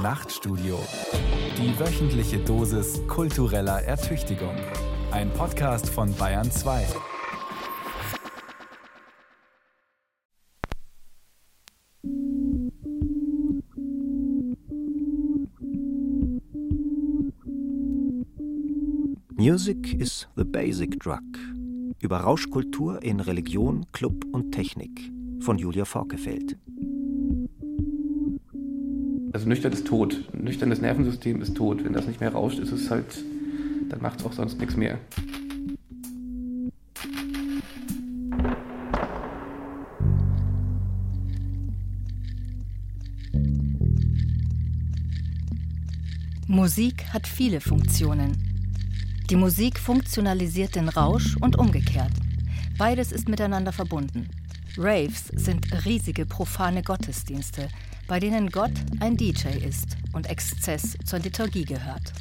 Nachtstudio. Die wöchentliche Dosis kultureller Ertüchtigung. Ein Podcast von Bayern 2. Music is the basic drug. Über Rauschkultur in Religion, Club und Technik von Julia Forkefeld. Also nüchtern ist tot. Nüchternes Nervensystem ist tot. Wenn das nicht mehr rauscht, ist es halt, dann macht es auch sonst nichts mehr. Musik hat viele Funktionen. Die Musik funktionalisiert den Rausch und umgekehrt. Beides ist miteinander verbunden. Raves sind riesige profane Gottesdienste, bei denen Gott ein DJ ist und Exzess zur Liturgie gehört.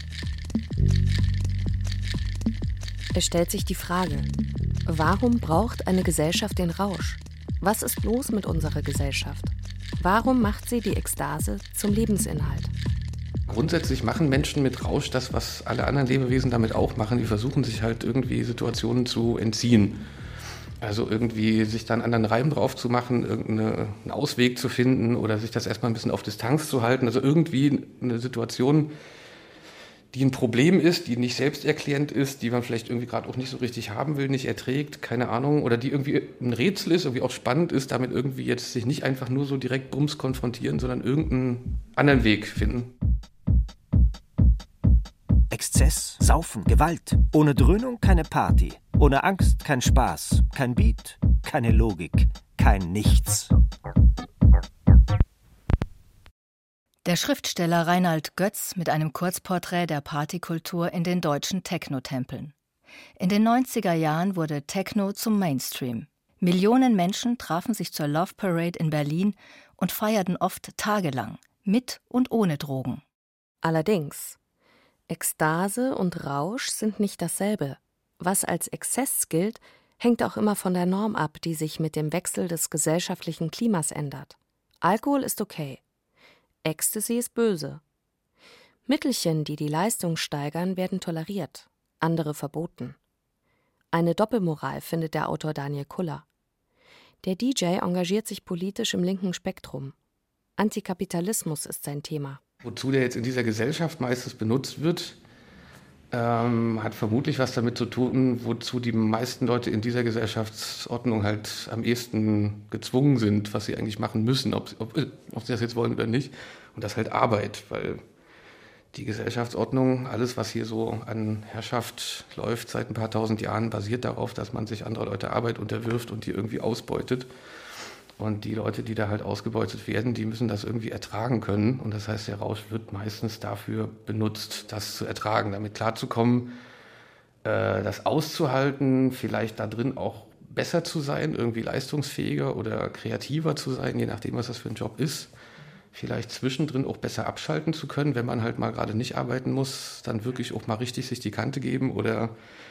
Es stellt sich die Frage, warum braucht eine Gesellschaft den Rausch? Was ist los mit unserer Gesellschaft? Warum macht sie die Ekstase zum Lebensinhalt? Grundsätzlich machen Menschen mit Rausch das, was alle anderen Lebewesen damit auch machen. Die versuchen sich halt irgendwie Situationen zu entziehen. Also irgendwie sich da einen anderen Reim drauf zu machen, irgendeinen Ausweg zu finden oder sich das erstmal ein bisschen auf Distanz zu halten. Also irgendwie eine Situation, die ein Problem ist, die nicht selbsterklärend ist, die man vielleicht irgendwie gerade auch nicht so richtig haben will, nicht erträgt, keine Ahnung. Oder die irgendwie ein Rätsel ist, irgendwie auch spannend ist, damit irgendwie jetzt sich nicht einfach nur so direkt bums konfrontieren, sondern irgendeinen anderen Weg finden. Exzess, Saufen, Gewalt. Ohne Dröhnung keine Party. Ohne Angst kein Spaß. Kein Beat, keine Logik, kein Nichts. Der Schriftsteller Reinhard Götz mit einem Kurzporträt der Partykultur in den deutschen Techno-Tempeln. In den 90er Jahren wurde Techno zum Mainstream. Millionen Menschen trafen sich zur Love Parade in Berlin und feierten oft tagelang, mit und ohne Drogen. Allerdings, Ekstase und Rausch sind nicht dasselbe. Was als Exzess gilt, hängt auch immer von der Norm ab, die sich mit dem Wechsel des gesellschaftlichen Klimas ändert. Alkohol ist okay. Ecstasy ist böse. Mittelchen, die die Leistung steigern, werden toleriert, andere verboten. Eine Doppelmoral findet der Autor Daniel Kuller. Der DJ engagiert sich politisch im linken Spektrum. Antikapitalismus ist sein Thema. Wozu der jetzt in dieser Gesellschaft meistens benutzt wird, hat vermutlich was damit zu tun, wozu die meisten Leute in dieser Gesellschaftsordnung halt am ehesten gezwungen sind, was sie eigentlich machen müssen, ob sie das jetzt wollen oder nicht. Und das halt Arbeit, weil die Gesellschaftsordnung, alles, was hier so an Herrschaft läuft seit ein paar tausend Jahren, basiert darauf, dass man sich anderer Leute Arbeit unterwirft und die irgendwie ausbeutet. Und die Leute, die da halt ausgebeutet werden, die müssen das irgendwie ertragen können. Und das heißt, der Rausch wird meistens dafür benutzt, das zu ertragen, damit klarzukommen, das auszuhalten, vielleicht da drin auch besser zu sein, irgendwie leistungsfähiger oder kreativer zu sein, je nachdem, was das für ein Job ist. Vielleicht zwischendrin auch besser abschalten zu können, wenn man halt mal gerade nicht arbeiten muss, dann wirklich auch mal richtig sich die Kante geben oder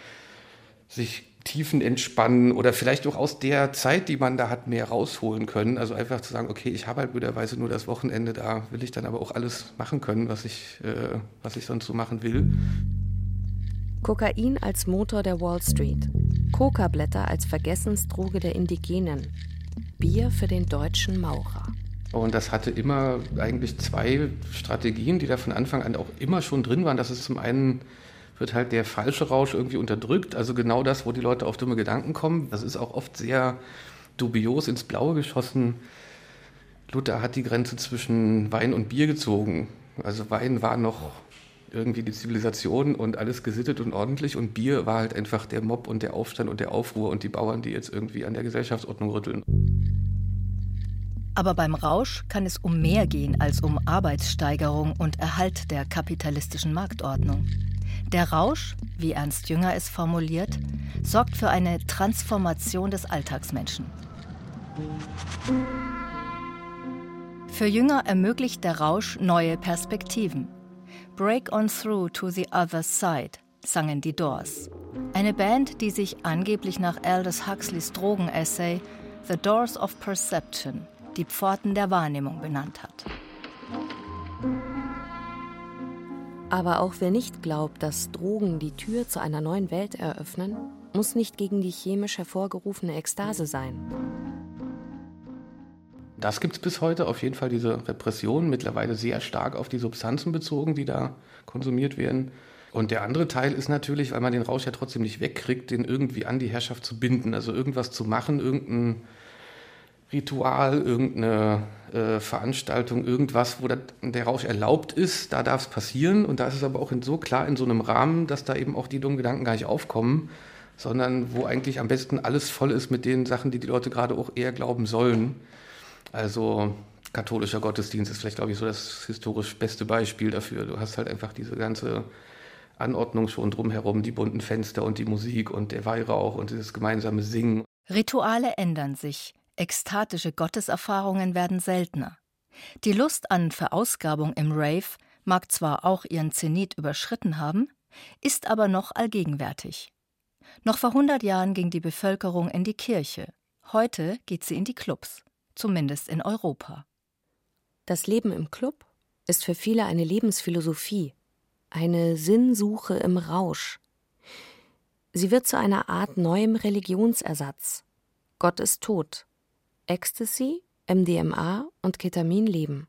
sich Tiefen entspannen oder vielleicht auch aus der Zeit, die man da hat, mehr rausholen können. Also einfach zu sagen, okay, ich habe halt blöderweise nur das Wochenende, da will ich dann aber auch alles machen können, was ich sonst so machen will. Kokain als Motor der Wall Street. Kokablätter als Vergessensdroge der Indigenen. Bier für den deutschen Maurer. Und das hatte immer eigentlich zwei Strategien, die da von Anfang an auch immer schon drin waren. Das ist zum einen, wird halt der falsche Rausch irgendwie unterdrückt, also genau das, wo die Leute auf dumme Gedanken kommen. Das ist auch oft sehr dubios ins Blaue geschossen. Luther hat die Grenze zwischen Wein und Bier gezogen. Also Wein war noch irgendwie die Zivilisation und alles gesittet und ordentlich und Bier war halt einfach der Mob und der Aufstand und der Aufruhr und die Bauern, die jetzt irgendwie an der Gesellschaftsordnung rütteln. Aber beim Rausch kann es um mehr gehen als um Arbeitssteigerung und Erhalt der kapitalistischen Marktordnung. Der Rausch, wie Ernst Jünger es formuliert, sorgt für eine Transformation des Alltagsmenschen. Für Jünger ermöglicht der Rausch neue Perspektiven. Break on through to the other side, sangen die Doors. Eine Band, die sich angeblich nach Aldous Huxleys Drogen-Essay The Doors of Perception, die Pforten der Wahrnehmung, benannt hat. Aber auch wer nicht glaubt, dass Drogen die Tür zu einer neuen Welt eröffnen, muss nicht gegen die chemisch hervorgerufene Ekstase sein. Das gibt es bis heute, auf jeden Fall diese Repression, mittlerweile sehr stark auf die Substanzen bezogen, die da konsumiert werden. Und der andere Teil ist natürlich, weil man den Rausch ja trotzdem nicht wegkriegt, den irgendwie an die Herrschaft zu binden, also irgendwas zu machen, irgendein Ritual, irgendeine Veranstaltung, irgendwas, wo der Rausch erlaubt ist, da darf es passieren. Und da ist es aber auch so klar in so einem Rahmen, dass da eben auch die dummen Gedanken gar nicht aufkommen, sondern wo eigentlich am besten alles voll ist mit den Sachen, die die Leute gerade auch eher glauben sollen. Also katholischer Gottesdienst ist vielleicht, glaube ich, so das historisch beste Beispiel dafür. Du hast halt einfach diese ganze Anordnung schon drumherum, die bunten Fenster und die Musik und der Weihrauch und dieses gemeinsame Singen. Rituale ändern sich. Ekstatische Gotteserfahrungen werden seltener. Die Lust an Verausgabung im Rave mag zwar auch ihren Zenit überschritten haben, ist aber noch allgegenwärtig. Noch vor 100 Jahren ging die Bevölkerung in die Kirche. Heute geht sie in die Clubs, zumindest in Europa. Das Leben im Club ist für viele eine Lebensphilosophie, eine Sinnsuche im Rausch. Sie wird zu einer Art neuem Religionsersatz. Gott ist tot. Ecstasy, MDMA und Ketamin leben.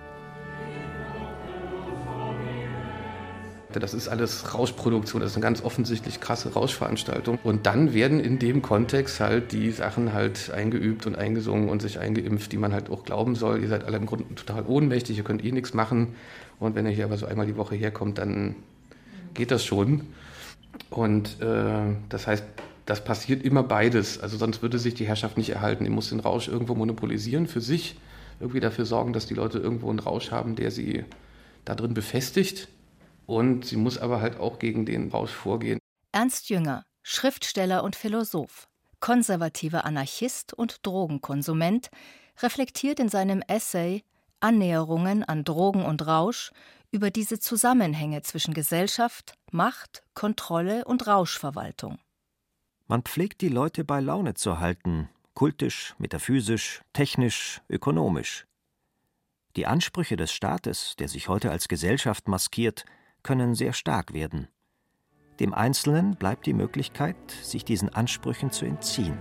Das ist alles Rauschproduktion, das ist eine ganz offensichtlich krasse Rauschveranstaltung. Und dann werden in dem Kontext halt die Sachen halt eingeübt und eingesungen und sich eingeimpft, die man halt auch glauben soll. Ihr seid alle im Grunde total ohnmächtig, ihr könnt eh nichts machen. Und wenn ihr hier aber so einmal die Woche herkommt, dann geht das schon. Und das heißt, das passiert immer beides. Also sonst würde sich die Herrschaft nicht erhalten. Die muss den Rausch irgendwo monopolisieren für sich, irgendwie dafür sorgen, dass die Leute irgendwo einen Rausch haben, der sie da drin befestigt. Und sie muss aber halt auch gegen den Rausch vorgehen. Ernst Jünger, Schriftsteller und Philosoph, konservativer Anarchist und Drogenkonsument, reflektiert in seinem Essay Annäherungen an Drogen und Rausch über diese Zusammenhänge zwischen Gesellschaft, Macht, Kontrolle und Rauschverwaltung. Man pflegt die Leute bei Laune zu halten, kultisch, metaphysisch, technisch, ökonomisch. Die Ansprüche des Staates, der sich heute als Gesellschaft maskiert, können sehr stark werden. Dem Einzelnen bleibt die Möglichkeit, sich diesen Ansprüchen zu entziehen.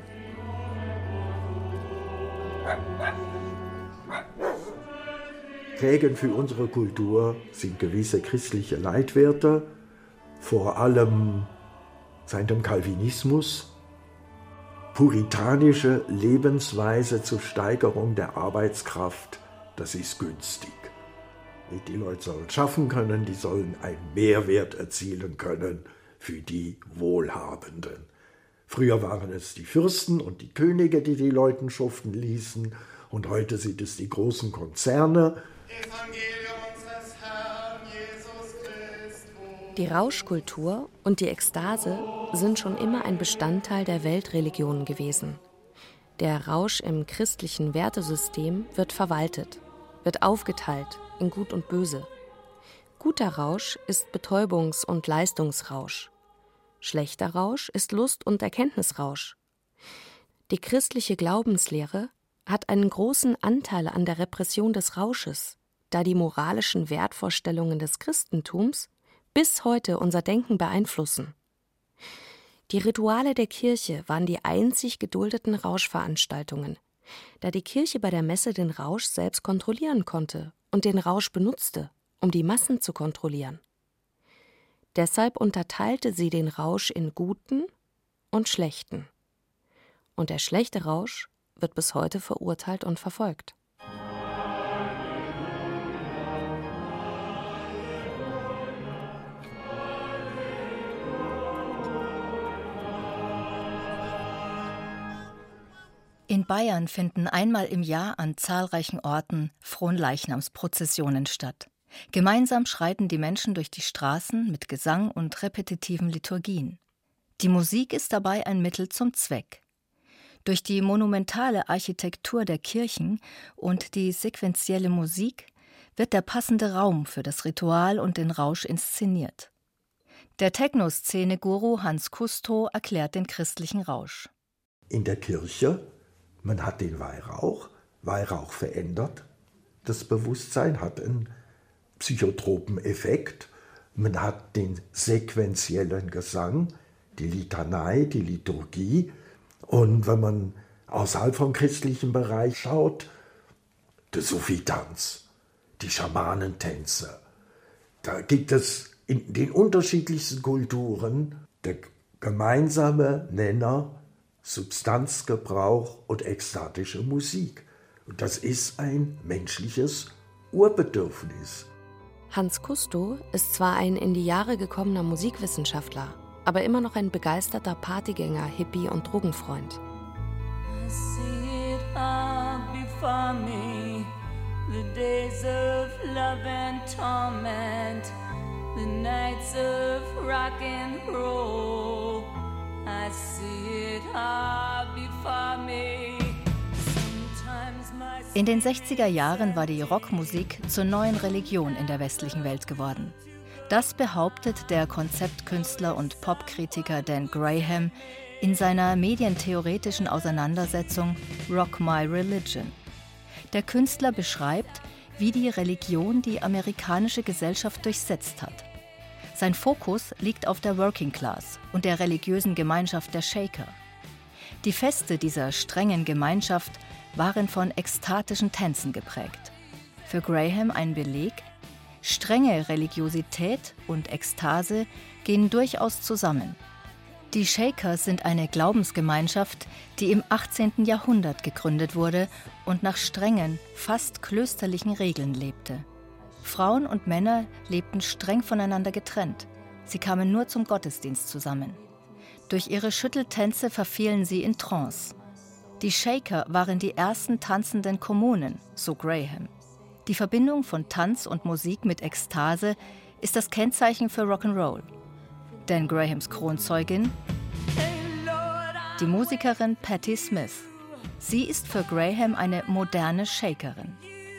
Prägend für unsere Kultur sind gewisse christliche Leitwerte, vor allem seit dem Calvinismus, puritanische Lebensweise zur Steigerung der Arbeitskraft, das ist günstig. Die Leute sollen schaffen können, die sollen einen Mehrwert erzielen können für die Wohlhabenden. Früher waren es die Fürsten und die Könige, die die Leute schuften ließen, und heute sind es die großen Konzerne. Die Rauschkultur und die Ekstase sind schon immer ein Bestandteil der Weltreligionen gewesen. Der Rausch im christlichen Wertesystem wird verwaltet, wird aufgeteilt in Gut und Böse. Guter Rausch ist Betäubungs- und Leistungsrausch. Schlechter Rausch ist Lust- und Erkenntnisrausch. Die christliche Glaubenslehre hat einen großen Anteil an der Repression des Rausches, da die moralischen Wertvorstellungen des Christentums bis heute unser Denken beeinflussen. Die Rituale der Kirche waren die einzig geduldeten Rauschveranstaltungen, da die Kirche bei der Messe den Rausch selbst kontrollieren konnte und den Rausch benutzte, um die Massen zu kontrollieren. Deshalb unterteilte sie den Rausch in guten und schlechten. Und der schlechte Rausch wird bis heute verurteilt und verfolgt. In Bayern finden einmal im Jahr an zahlreichen Orten Fronleichnamsprozessionen statt. Gemeinsam schreiten die Menschen durch die Straßen mit Gesang und repetitiven Liturgien. Die Musik ist dabei ein Mittel zum Zweck. Durch die monumentale Architektur der Kirchen und die sequentielle Musik wird der passende Raum für das Ritual und den Rausch inszeniert. Der Techno-Szene-Guru Hans Kustow erklärt den christlichen Rausch. In der Kirche, man hat den Weihrauch. Weihrauch verändert das Bewusstsein, hat einen psychotropen Effekt. Man hat den sequentiellen Gesang, die Litanei, die Liturgie. Und wenn man außerhalb vom christlichen Bereich schaut, der Sufi-Tanz, die Schamanentänze. Da gibt es in den unterschiedlichsten Kulturen der gemeinsame Nenner, Substanzgebrauch und ekstatische Musik. Und das ist ein menschliches Urbedürfnis. Hans Kusto ist zwar ein in die Jahre gekommener Musikwissenschaftler, aber immer noch ein begeisterter Partygänger, Hippie und Drogenfreund. I see it all before me, the days of love and torment, the nights of rock and roll. I see it all before me. In den 60er Jahren war die Rockmusik zur neuen Religion in der westlichen Welt geworden. Das behauptet der Konzeptkünstler und Popkritiker Dan Graham in seiner medientheoretischen Auseinandersetzung Rock My Religion. Der Künstler beschreibt, wie die Religion die amerikanische Gesellschaft durchsetzt hat. Sein Fokus liegt auf der Working Class und der religiösen Gemeinschaft der Shaker. Die Feste dieser strengen Gemeinschaft waren von ekstatischen Tänzen geprägt. Für Graham ein Beleg: strenge Religiosität und Ekstase gehen durchaus zusammen. Die Shakers sind eine Glaubensgemeinschaft, die im 18. Jahrhundert gegründet wurde und nach strengen, fast klösterlichen Regeln lebte. Frauen und Männer lebten streng voneinander getrennt. Sie kamen nur zum Gottesdienst zusammen. Durch ihre Schütteltänze verfielen sie in Trance. Die Shaker waren die ersten tanzenden Kommunen, so Graham. Die Verbindung von Tanz und Musik mit Ekstase ist das Kennzeichen für Rock'n'Roll. Dan Grahams Kronzeugin, die Musikerin Patti Smith. Sie ist für Graham eine moderne Shakerin.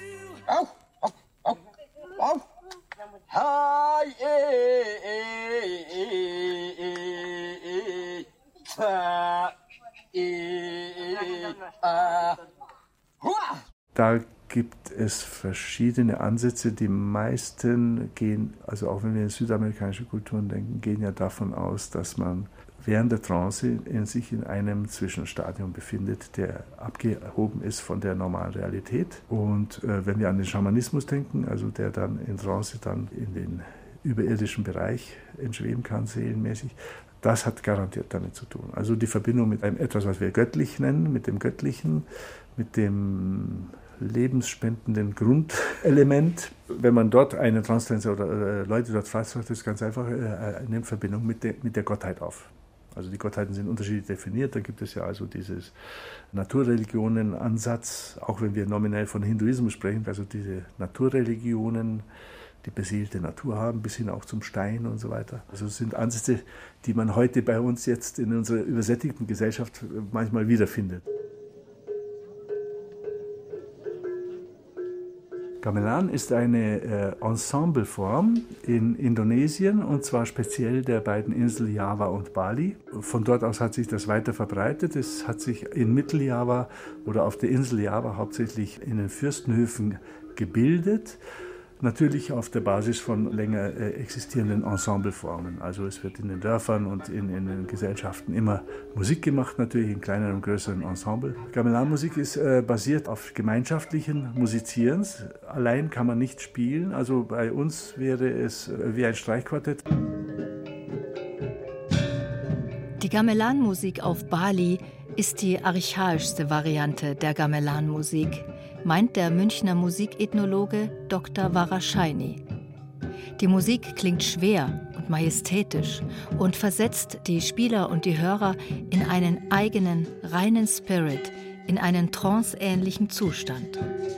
Da gibt es verschiedene Ansätze. Die meisten gehen, also auch wenn wir in südamerikanische Kulturen denken, gehen ja davon aus, dass man während der Trance sich in einem Zwischenstadium befindet, der abgehoben ist von der normalen Realität. Und wenn wir an den Schamanismus denken, also der dann in Trance dann in den überirdischen Bereich entschweben kann, seelenmäßig, das hat garantiert damit zu tun. Also die Verbindung mit einem etwas, was wir göttlich nennen, mit dem Göttlichen, mit dem lebensspendenden Grundelement. Wenn man dort einen Transtänzer oder Leute dort fragt, sagt das ganz einfach eine Verbindung mit der Gottheit auf. Also die Gottheiten sind unterschiedlich definiert. Da gibt es ja also dieses Naturreligionen-Ansatz, auch wenn wir nominell von Hinduismus sprechen, also diese Naturreligionen, die besiedelte Natur haben, bis hin auch zum Stein und so weiter. Also es sind Ansätze, die man heute bei uns jetzt in unserer übersättigten Gesellschaft manchmal wiederfindet. Gamelan ist eine Ensembleform in Indonesien, und zwar speziell der beiden Inseln Java und Bali. Von dort aus hat sich das weiter verbreitet. Es hat sich in Mitteljava oder auf der Insel Java hauptsächlich in den Fürstenhöfen gebildet. Natürlich auf der Basis von länger existierenden Ensembleformen. Also es wird in den Dörfern und in den Gesellschaften immer Musik gemacht, natürlich in kleineren und größeren Ensemble. Gamelan-Musik ist basiert auf gemeinschaftlichen Musizierens. Allein kann man nicht spielen. Also bei uns wäre es wie ein Streichquartett. Die Gamelan-Musik auf Bali ist die archaischste Variante der Gamelan-Musik, meint der Münchner Musikethnologe Dr. Waraschaini. Die Musik klingt schwer und majestätisch und versetzt die Spieler und die Hörer in einen eigenen, reinen Spirit, in einen tranceähnlichen Zustand.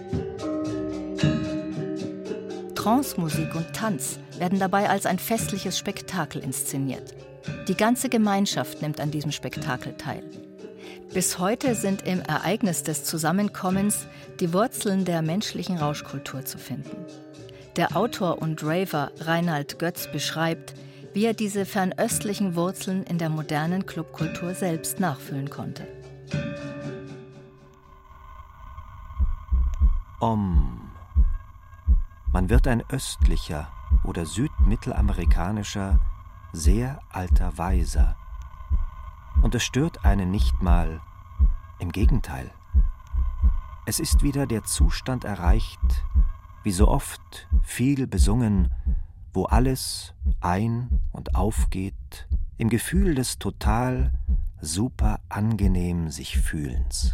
Trance-Musik und Tanz werden dabei als ein festliches Spektakel inszeniert. Die ganze Gemeinschaft nimmt an diesem Spektakel teil. Bis heute sind im Ereignis des Zusammenkommens die Wurzeln der menschlichen Rauschkultur zu finden. Der Autor und Raver Reinhard Götz beschreibt, wie er diese fernöstlichen Wurzeln in der modernen Clubkultur selbst nachfühlen konnte. Man wird ein östlicher, oder südmittelamerikanischer, sehr alter Weiser. Und es stört einen nicht mal, im Gegenteil. Es ist wieder der Zustand erreicht, wie so oft viel besungen, wo alles ein- und aufgeht, im Gefühl des total super angenehm sich Fühlens.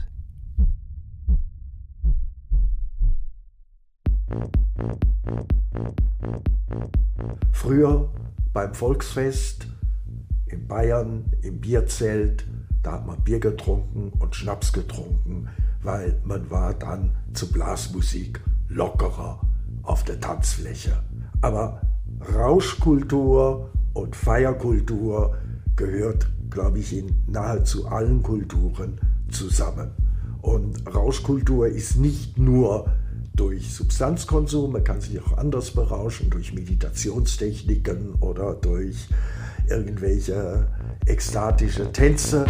Früher beim Volksfest in Bayern im Bierzelt, da hat man Bier getrunken und Schnaps getrunken, weil man war dann zu Blasmusik lockerer auf der Tanzfläche. Aber Rauschkultur und Feierkultur gehört, glaube ich, in nahezu allen Kulturen zusammen. Und Rauschkultur ist nicht nur durch Substanzkonsum, man kann sich auch anders berauschen, durch Meditationstechniken oder durch irgendwelche ekstatische Tänze.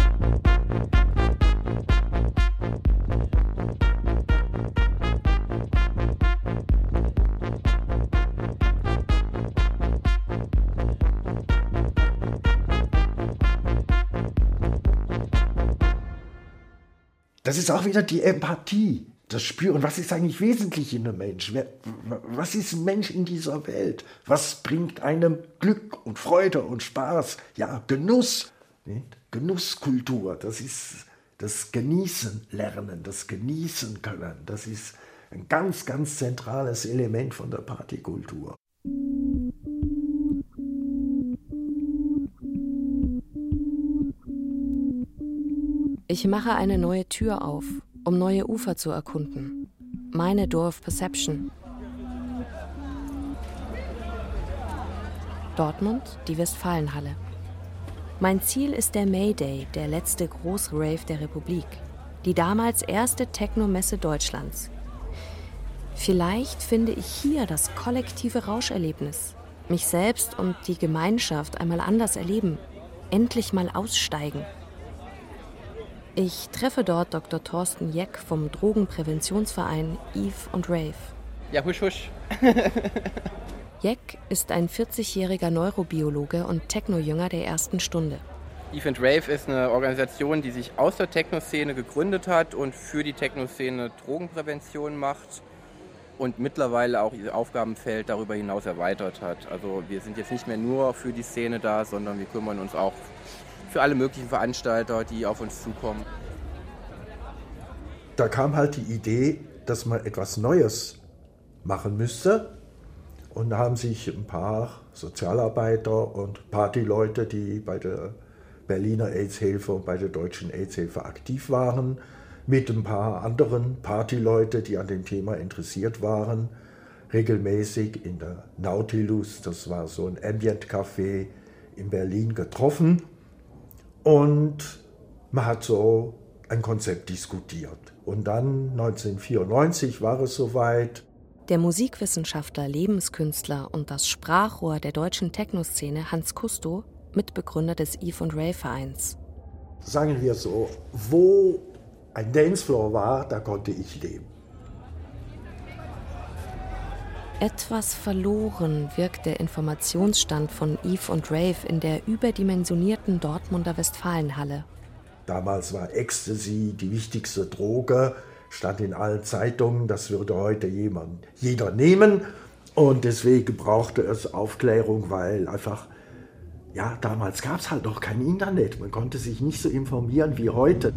Das ist auch wieder die Empathie, das Spüren. Was ist eigentlich wesentlich in einem Mensch? Was ist ein Mensch in dieser Welt? Was bringt einem Glück und Freude und Spaß? Ja, Genuss. Nicht? Genusskultur, das ist das Genießen lernen, das Genießen können. Das ist ein ganz, ganz zentrales Element von der Partykultur. Ich mache eine neue Tür auf, um neue Ufer zu erkunden. Meine Door of Perception. Dortmund, die Westfalenhalle. Mein Ziel ist der Mayday, der letzte große Rave der Republik. Die damals erste Techno-Messe Deutschlands. Vielleicht finde ich hier das kollektive Rauscherlebnis. Mich selbst und die Gemeinschaft einmal anders erleben. Endlich mal aussteigen. Ich treffe dort Dr. Thorsten Jeck vom Drogenpräventionsverein Eve und Rave. Ja, husch, husch. Jeck ist ein 40-jähriger Neurobiologe und Techno-Jünger der ersten Stunde. Eve and Rave ist eine Organisation, die sich aus der Techno-Szene gegründet hat und für die Techno-Szene Drogenprävention macht und mittlerweile auch ihr Aufgabenfeld darüber hinaus erweitert hat. Also wir sind jetzt nicht mehr nur für die Szene da, sondern wir kümmern uns auch für alle möglichen Veranstalter, die auf uns zukommen. Da kam halt die Idee, dass man etwas Neues machen müsste. Und da haben sich ein paar Sozialarbeiter und Partyleute, die bei der Berliner AIDS-Hilfe und bei der Deutschen AIDS-Hilfe aktiv waren, mit ein paar anderen Partyleute, die an dem Thema interessiert waren, regelmäßig in der Nautilus, das war so ein Ambient-Café in Berlin, getroffen. Und man hat so ein Konzept diskutiert. Und dann 1994 war es soweit. Der Musikwissenschaftler, Lebenskünstler und das Sprachrohr der deutschen Techno-Szene Hans Kusto, Mitbegründer des Eve und Rave Vereins. Sagen wir so, wo ein Dancefloor war, da konnte ich leben. Etwas verloren wirkt der Informationsstand von Eve und Rave in der überdimensionierten Dortmunder Westfalenhalle. Damals war Ecstasy die wichtigste Droge, stand in allen Zeitungen, das würde heute jeder nehmen. Und deswegen brauchte es Aufklärung, weil einfach, ja, damals gab es halt noch kein Internet. Man konnte sich nicht so informieren wie heute.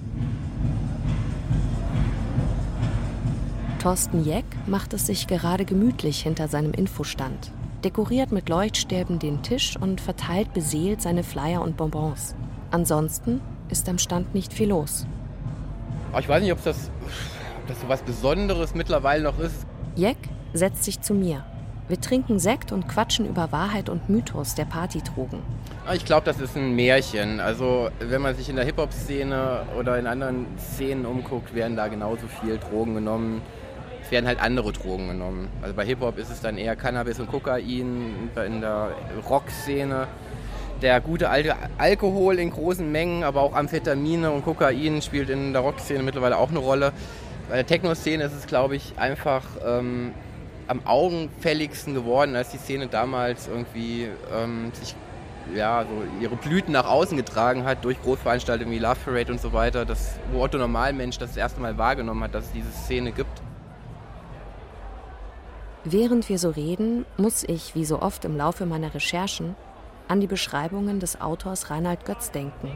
Thorsten Jeck macht es sich gerade gemütlich hinter seinem Infostand, dekoriert mit Leuchtstäben den Tisch und verteilt beseelt seine Flyer und Bonbons. Ansonsten ist am Stand nicht viel los. Ich weiß nicht, ob das so was Besonderes mittlerweile noch ist. Jeck setzt sich zu mir. Wir trinken Sekt und quatschen über Wahrheit und Mythos der Partydrogen. Ich glaube, das ist ein Märchen. Also wenn man sich in der Hip-Hop-Szene oder in anderen Szenen umguckt, werden da genauso viel Drogen genommen. Es werden halt andere Drogen genommen. Also bei Hip-Hop ist es dann eher Cannabis und Kokain, in der Rock-Szene der gute alte Alkohol in großen Mengen, aber auch Amphetamine und Kokain spielt in der Rock-Szene mittlerweile auch eine Rolle. Bei der Techno-Szene ist es, glaube ich, einfach am augenfälligsten geworden, als die Szene damals irgendwie sich so ihre Blüten nach außen getragen hat durch Großveranstaltungen wie Love Parade und so weiter, wo Otto Normalmensch das erste Mal wahrgenommen hat, dass es diese Szene gibt. Während wir so reden, muss ich, wie so oft im Laufe meiner Recherchen, an die Beschreibungen des Autors Reinhard Götz denken.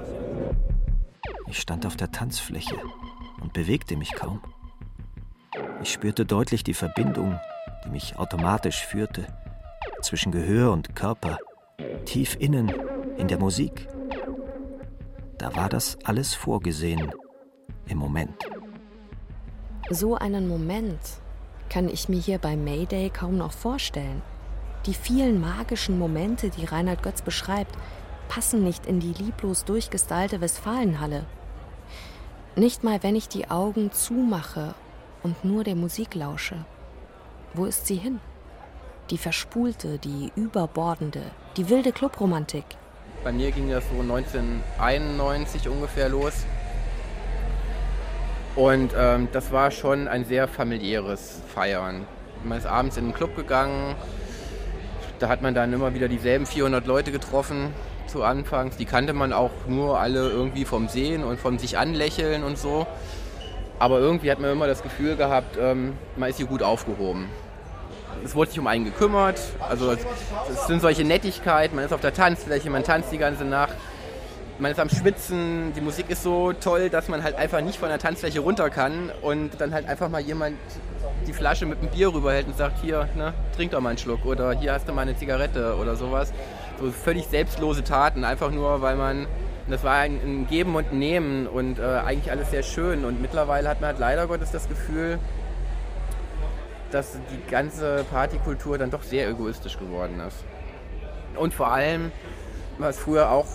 Ich stand auf der Tanzfläche und bewegte mich kaum. Ich spürte deutlich die Verbindung, die mich automatisch führte, zwischen Gehör und Körper, tief innen, in der Musik. Da war das alles vorgesehen, im Moment. So einen Moment kann ich mir hier bei Mayday kaum noch vorstellen. Die vielen magischen Momente, die Reinhard Götz beschreibt, passen nicht in die lieblos durchgestylte Westfalenhalle. Nicht mal, wenn ich die Augen zumache und nur der Musik lausche. Wo ist sie hin? Die verspulte, die überbordende, die wilde Clubromantik. Bei mir ging das so 1991 ungefähr los. Und das war schon ein sehr familiäres Feiern. Man ist abends in den Club gegangen, da hat man dann immer wieder dieselben 400 Leute getroffen zu Anfangs. Die kannte man auch nur alle irgendwie vom Sehen und vom sich anlächeln und so. Aber irgendwie hat man immer das Gefühl gehabt, man ist hier gut aufgehoben. Es wurde sich um einen gekümmert, also es sind solche Nettigkeiten, man ist auf der Tanzfläche, man tanzt die ganze Nacht. Man ist am Schwitzen, die Musik ist so toll, dass man halt einfach nicht von der Tanzfläche runter kann und dann halt einfach mal jemand die Flasche mit einem Bier rüberhält und sagt, hier, ne, trink doch mal einen Schluck oder hier hast du mal eine Zigarette oder sowas. So völlig selbstlose Taten, einfach nur, weil das war ein Geben und Nehmen und eigentlich alles sehr schön. Und mittlerweile hat man halt leider Gottes das Gefühl, dass die ganze Partykultur dann doch sehr egoistisch geworden ist. Und vor allem, was früher auch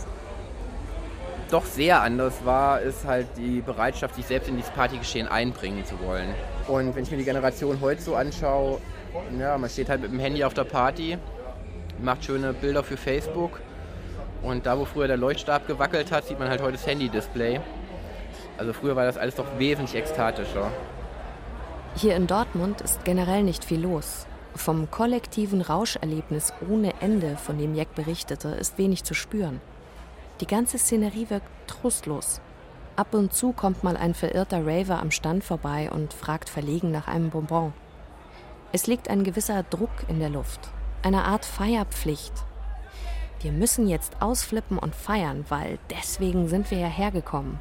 doch sehr anders war, ist halt die Bereitschaft, sich selbst in dieses Partygeschehen einbringen zu wollen. Und wenn ich mir die Generation heute so anschaue, ja, man steht halt mit dem Handy auf der Party, macht schöne Bilder für Facebook und da, wo früher der Leuchtstab gewackelt hat, sieht man halt heute das Handy-Display. Also früher war das alles doch wesentlich ekstatischer. Hier in Dortmund ist generell nicht viel los. Vom kollektiven Rauscherlebnis ohne Ende, von dem Jack berichtete, ist wenig zu spüren. Die ganze Szenerie wirkt trostlos. Ab und zu kommt mal ein verirrter Raver am Stand vorbei und fragt verlegen nach einem Bonbon. Es liegt ein gewisser Druck in der Luft, eine Art Feierpflicht. Wir müssen jetzt ausflippen und feiern, weil deswegen sind wir ja hergekommen.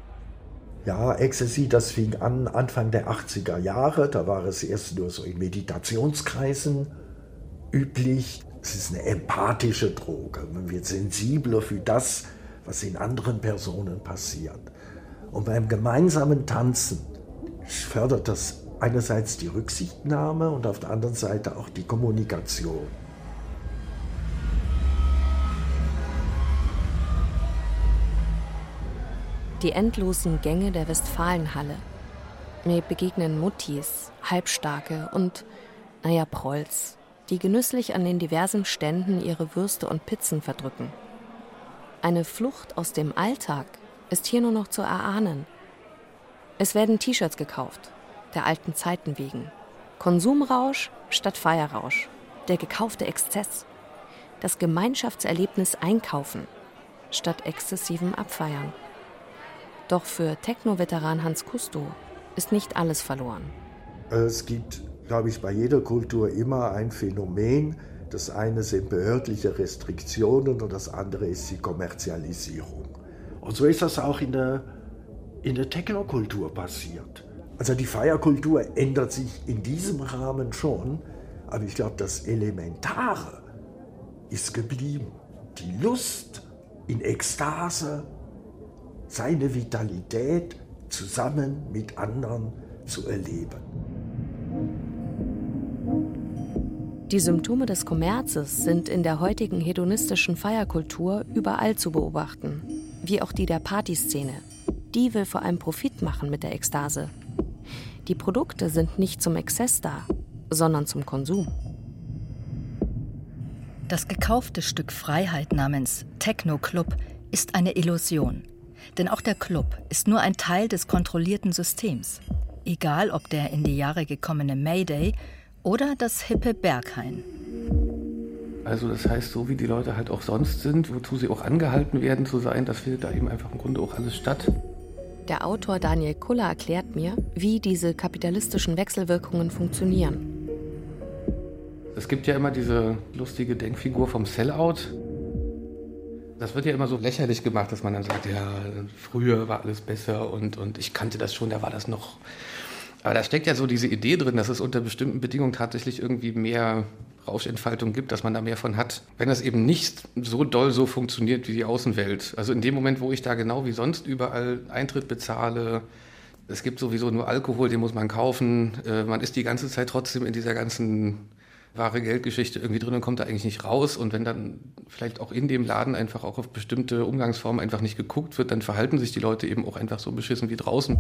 Ja, Ecstasy, das fing an Anfang der 80er Jahre. Da war es erst nur so in Meditationskreisen üblich. Es ist eine empathische Droge. Man wird sensibler für das, was in anderen Personen passiert. Und beim gemeinsamen Tanzen fördert das einerseits die Rücksichtnahme und auf der anderen Seite auch die Kommunikation. Die endlosen Gänge der Westfalenhalle. Mir begegnen Muttis, Halbstarke und, Prolls, die genüsslich an den diversen Ständen ihre Würste und Pizzen verdrücken. Eine Flucht aus dem Alltag ist hier nur noch zu erahnen. Es werden T-Shirts gekauft, der alten Zeiten wegen. Konsumrausch statt Feierrausch, der gekaufte Exzess. Das Gemeinschaftserlebnis Einkaufen statt exzessivem Abfeiern. Doch für Techno-Veteran Hans Kusto ist nicht alles verloren. Es gibt, glaube ich, bei jeder Kultur immer ein Phänomen. Das eine sind behördliche Restriktionen und das andere ist die Kommerzialisierung. Und so ist das auch in der Technokultur passiert. Also die Feierkultur ändert sich in diesem Rahmen schon, aber ich glaube, das Elementare ist geblieben. Die Lust in Ekstase, seine Vitalität zusammen mit anderen zu erleben. Die Symptome des Kommerzes sind in der heutigen hedonistischen Feierkultur überall zu beobachten, wie auch die der Partyszene. Die will vor allem Profit machen mit der Ekstase. Die Produkte sind nicht zum Exzess da, sondern zum Konsum. Das gekaufte Stück Freiheit namens Techno-Club ist eine Illusion. Denn auch der Club ist nur ein Teil des kontrollierten Systems. Egal, ob der in die Jahre gekommene Mayday Oder das hippe Berghain. Also das heißt, so wie die Leute halt auch sonst sind, wozu sie auch angehalten werden zu sein, das findet da eben einfach im Grunde auch alles statt. Der Autor Daniel Kuller erklärt mir, wie diese kapitalistischen Wechselwirkungen funktionieren. Es gibt ja immer diese lustige Denkfigur vom Sellout. Das wird ja immer so lächerlich gemacht, dass man dann sagt, ja, früher war alles besser und ich kannte das schon, da war das noch. Aber da steckt ja so diese Idee drin, dass es unter bestimmten Bedingungen tatsächlich irgendwie mehr Rauschentfaltung gibt, dass man da mehr von hat. Wenn das eben nicht so doll so funktioniert wie die Außenwelt. Also in dem Moment, wo ich da genau wie sonst überall Eintritt bezahle, es gibt sowieso nur Alkohol, den muss man kaufen, man ist die ganze Zeit trotzdem in dieser ganzen wahre Geldgeschichte irgendwie drin und kommt da eigentlich nicht raus. Und wenn dann vielleicht auch in dem Laden einfach auch auf bestimmte Umgangsformen einfach nicht geguckt wird, dann verhalten sich die Leute eben auch einfach so beschissen wie draußen.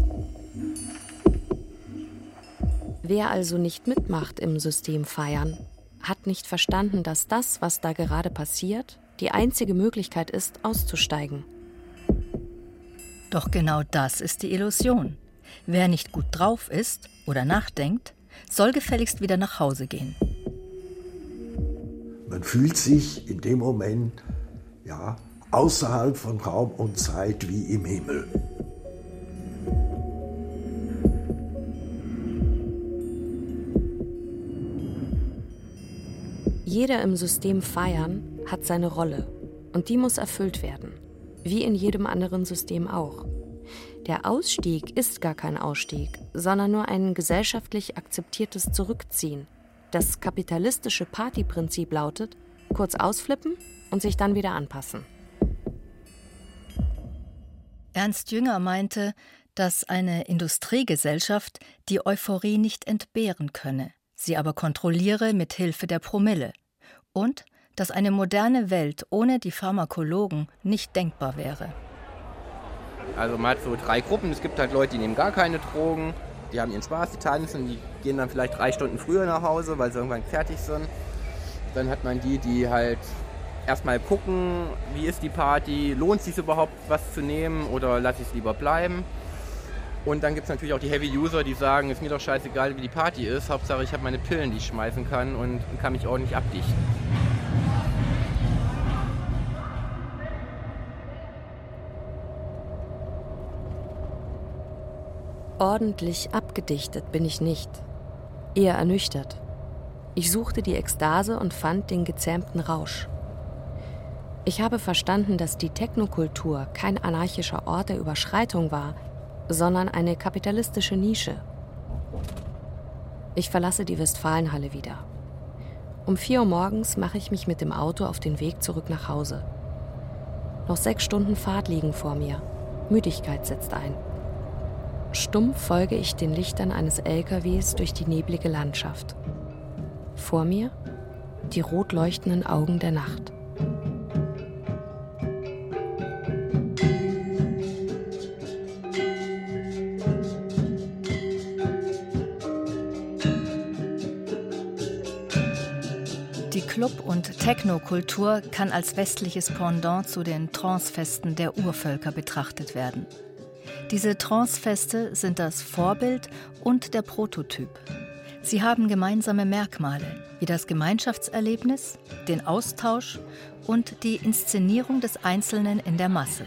Wer also nicht mitmacht im System Feiern, hat nicht verstanden, dass das, was da gerade passiert, die einzige Möglichkeit ist, auszusteigen. Doch genau das ist die Illusion. Wer nicht gut drauf ist oder nachdenkt, soll gefälligst wieder nach Hause gehen. Man fühlt sich in dem Moment ja, außerhalb von Raum und Zeit wie im Himmel. Jeder im System Feiern hat seine Rolle und die muss erfüllt werden, wie in jedem anderen System auch. Der Ausstieg ist gar kein Ausstieg, sondern nur ein gesellschaftlich akzeptiertes Zurückziehen. Das kapitalistische Partyprinzip lautet, kurz ausflippen und sich dann wieder anpassen. Ernst Jünger meinte, dass eine Industriegesellschaft die Euphorie nicht entbehren könne, sie aber kontrolliere mit Hilfe der Promille. Und dass eine moderne Welt ohne die Pharmakologen nicht denkbar wäre. Also man hat so 3 Gruppen. Es gibt halt Leute, die nehmen gar keine Drogen, die haben ihren Spaß, die tanzen, die gehen dann vielleicht 3 Stunden früher nach Hause, weil sie irgendwann fertig sind. Dann hat man die, die halt erstmal gucken, wie ist die Party, lohnt es sich überhaupt was zu nehmen oder lasse ich es lieber bleiben. Und dann gibt es natürlich auch die Heavy-User, die sagen, ist mir doch scheißegal, wie die Party ist, Hauptsache ich habe meine Pillen, die ich schmeißen kann und kann mich ordentlich abdichten. Ordentlich abgedichtet bin ich nicht, eher ernüchtert. Ich suchte die Ekstase und fand den gezähmten Rausch. Ich habe verstanden, dass die Technokultur kein anarchischer Ort der Überschreitung war, sondern eine kapitalistische Nische. Ich verlasse die Westfalenhalle wieder. Um 4 Uhr morgens mache ich mich mit dem Auto auf den Weg zurück nach Hause. Noch 6 Stunden Fahrt liegen vor mir. Müdigkeit setzt ein. Stumm folge ich den Lichtern eines LKWs durch die neblige Landschaft. Vor mir die rot leuchtenden Augen der Nacht. Die Club- und Technokultur kann als westliches Pendant zu den Trancefesten der Urvölker betrachtet werden. Diese Trancefeste sind das Vorbild und der Prototyp. Sie haben gemeinsame Merkmale, wie das Gemeinschaftserlebnis, den Austausch und die Inszenierung des Einzelnen in der Masse.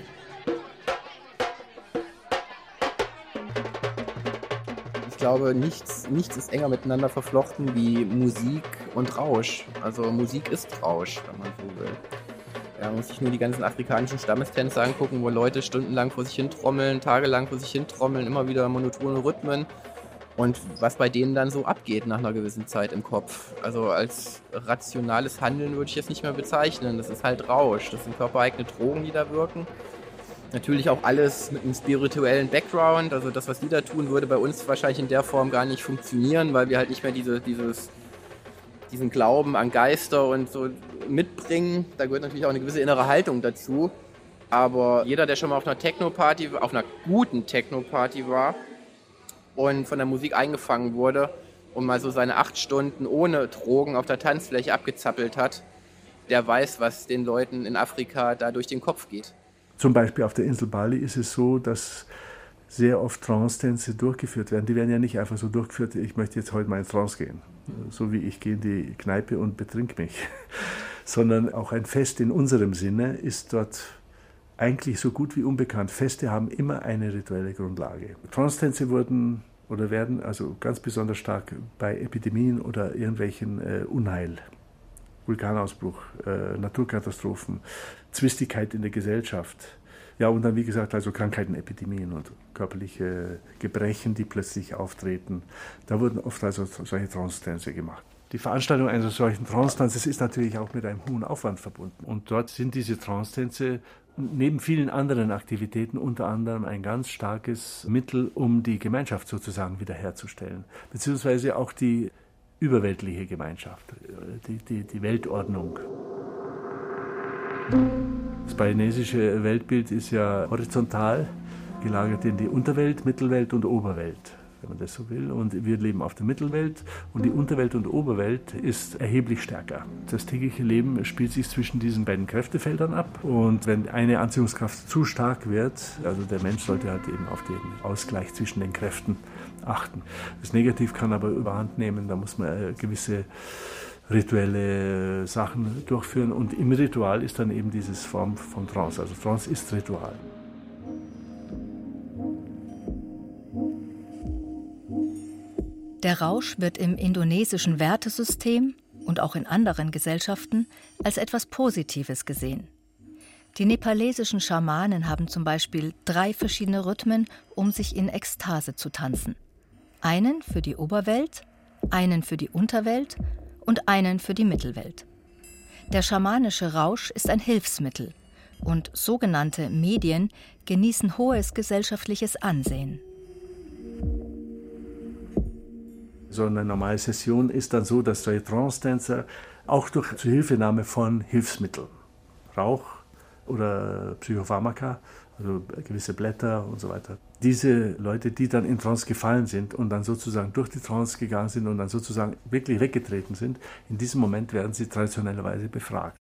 Ich glaube, nichts ist enger miteinander verflochten wie Musik und Rausch. Also Musik ist Rausch, wenn man so will. Ja, man muss sich nur die ganzen afrikanischen Stammestänze angucken, wo Leute stundenlang vor sich hin trommeln, tagelang vor sich hin trommeln, immer wieder monotone Rhythmen. Und was bei denen dann so abgeht nach einer gewissen Zeit im Kopf. Also als rationales Handeln würde ich es nicht mehr bezeichnen. Das ist halt Rausch. Das sind körpereigene Drogen, die da wirken. Natürlich auch alles mit einem spirituellen Background. Also das, was die da tun, würde bei uns wahrscheinlich in der Form gar nicht funktionieren, weil wir halt nicht mehr diesen Glauben an Geister und so mitbringen. Da gehört natürlich auch eine gewisse innere Haltung dazu. Aber jeder, der schon mal auf einer Techno-Party, auf einer guten Techno-Party war und von der Musik eingefangen wurde und mal so seine 8 Stunden ohne Drogen auf der Tanzfläche abgezappelt hat, der weiß, was den Leuten in Afrika da durch den Kopf geht. Zum Beispiel auf der Insel Bali ist es so, dass sehr oft Trance-Tänze durchgeführt werden. Die werden ja nicht einfach so durchgeführt, ich möchte jetzt heute mal in Trance gehen. so wie ich gehe in die Kneipe und betrink mich, sondern auch ein Fest in unserem Sinne ist dort eigentlich so gut wie unbekannt. Feste haben immer eine rituelle Grundlage. Trance-Tänze wurden oder werden also ganz besonders stark bei Epidemien oder irgendwelchen Unheil, Vulkanausbruch, Naturkatastrophen, Zwistigkeit in der Gesellschaft. Ja, und dann, wie gesagt, also Krankheiten, Epidemien und körperliche Gebrechen, die plötzlich auftreten. Da wurden oft also solche Trance-Tänze gemacht. Die Veranstaltung eines solchen Trance-Tanzes ist natürlich auch mit einem hohen Aufwand verbunden. Und dort sind diese Trance-Tänze neben vielen anderen Aktivitäten unter anderem ein ganz starkes Mittel, um die Gemeinschaft sozusagen wiederherzustellen. Beziehungsweise auch die überweltliche Gemeinschaft, die Weltordnung. Das balinnesische Weltbild ist ja horizontal gelagert in die Unterwelt, Mittelwelt und Oberwelt, wenn man das so will. Und wir leben auf der Mittelwelt und die Unterwelt und Oberwelt ist erheblich stärker. Das tägliche Leben spielt sich zwischen diesen beiden Kräftefeldern ab. Und wenn eine Anziehungskraft zu stark wird, also der Mensch sollte halt eben auf den Ausgleich zwischen den Kräften achten. Das Negativ kann aber überhand nehmen, da muss man gewisse rituelle Sachen durchführen und im Ritual ist dann eben diese Form von Trance. Also Trance ist Ritual. Der Rausch wird im indonesischen Wertesystem und auch in anderen Gesellschaften als etwas Positives gesehen. Die nepalesischen Schamanen haben zum Beispiel 3 verschiedene Rhythmen, um sich in Ekstase zu tanzen. Einen für die Oberwelt, einen für die Unterwelt und einen für die Mittelwelt. Der schamanische Rausch ist ein Hilfsmittel und sogenannte Medien genießen hohes gesellschaftliches Ansehen. So eine normale Session ist dann so, dass solche Trance-Tänzer auch durch Zuhilfenahme von Hilfsmitteln, Rauch oder Psychopharmaka, also gewisse Blätter und so weiter, diese Leute, die dann in Trance gefallen sind und dann sozusagen durch die Trance gegangen sind und dann sozusagen wirklich weggetreten sind, in diesem Moment werden sie traditionellerweise befragt.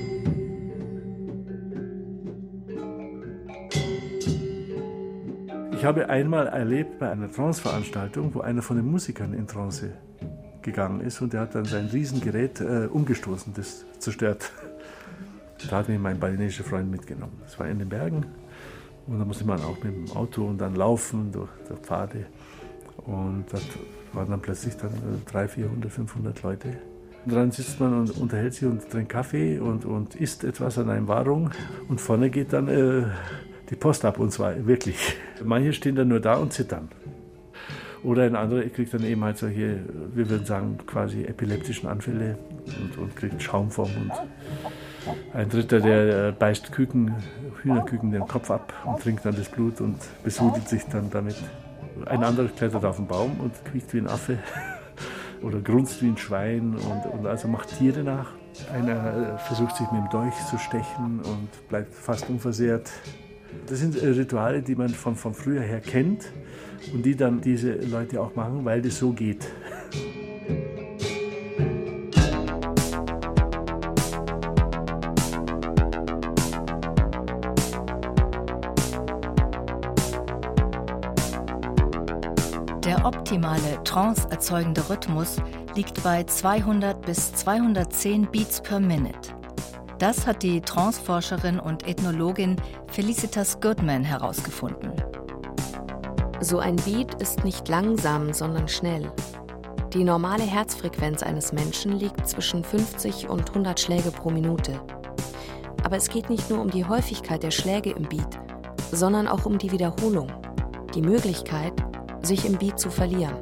Ich habe einmal erlebt bei einer Trance-Veranstaltung, wo einer von den Musikern in Trance gegangen ist und der hat dann sein Riesengerät umgestoßen, das zerstört. Da hat mich mein balinesischer Freund mitgenommen. Das war in den Bergen und da musste man auch mit dem Auto und dann laufen durch Pfade und da waren dann plötzlich dann 300, 400, 500 Leute. Und dann sitzt man und unterhält sich und trinkt Kaffee und isst etwas an einem Warung und vorne geht dann die Post ab und zwar wirklich. Manche stehen dann nur da und zittern. Oder ein anderer kriegt dann eben halt solche, wir würden sagen, quasi epileptischen Anfälle und kriegt Schaumform. Und ein Dritter, der beißt Hühnerküken den Kopf ab und trinkt dann das Blut und besudelt sich dann damit. Ein anderer klettert auf den Baum und quiekt wie ein Affe oder grunzt wie ein Schwein und also macht Tiere nach. Einer versucht sich mit dem Dolch zu stechen und bleibt fast unversehrt. Das sind Rituale, die man von früher her kennt und die dann diese Leute auch machen, weil das so geht. Der optimale Trance-erzeugende Rhythmus liegt bei 200 bis 210 Beats per Minute. Das hat die Trance-Forscherin und Ethnologin Felicitas Goodman herausgefunden. So ein Beat ist nicht langsam, sondern schnell. Die normale Herzfrequenz eines Menschen liegt zwischen 50 und 100 Schläge pro Minute. Aber es geht nicht nur um die Häufigkeit der Schläge im Beat, sondern auch um die Wiederholung, die Möglichkeit, sich im Beat zu verlieren.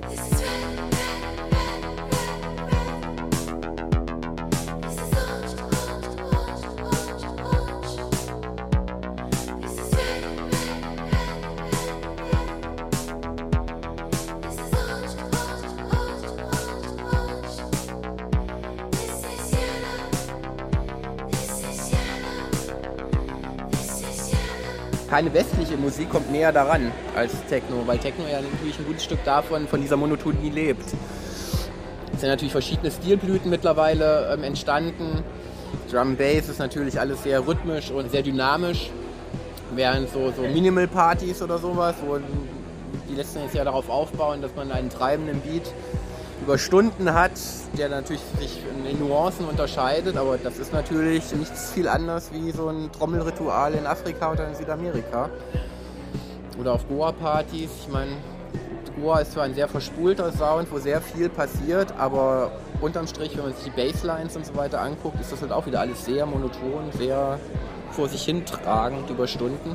Keine westliche Musik kommt näher daran als Techno, weil Techno ja natürlich ein gutes Stück davon, von dieser Monotonie lebt. Es sind natürlich verschiedene Stilblüten mittlerweile entstanden. Drum Bass ist natürlich alles sehr rhythmisch und sehr dynamisch, während so Minimal-Partys oder sowas, wo die letzten jetzt ja darauf aufbauen, dass man einen treibenden Beat über Stunden hat, der natürlich sich in Nuancen unterscheidet, aber das ist natürlich nichts viel anders wie so ein Trommelritual in Afrika oder in Südamerika. Oder auf Goa-Partys. Ich meine, Goa ist zwar ein sehr verspulter Sound, wo sehr viel passiert, aber unterm Strich, wenn man sich die Basslines und so weiter anguckt, ist das halt auch wieder alles sehr monoton, sehr vor sich hin tragend über Stunden.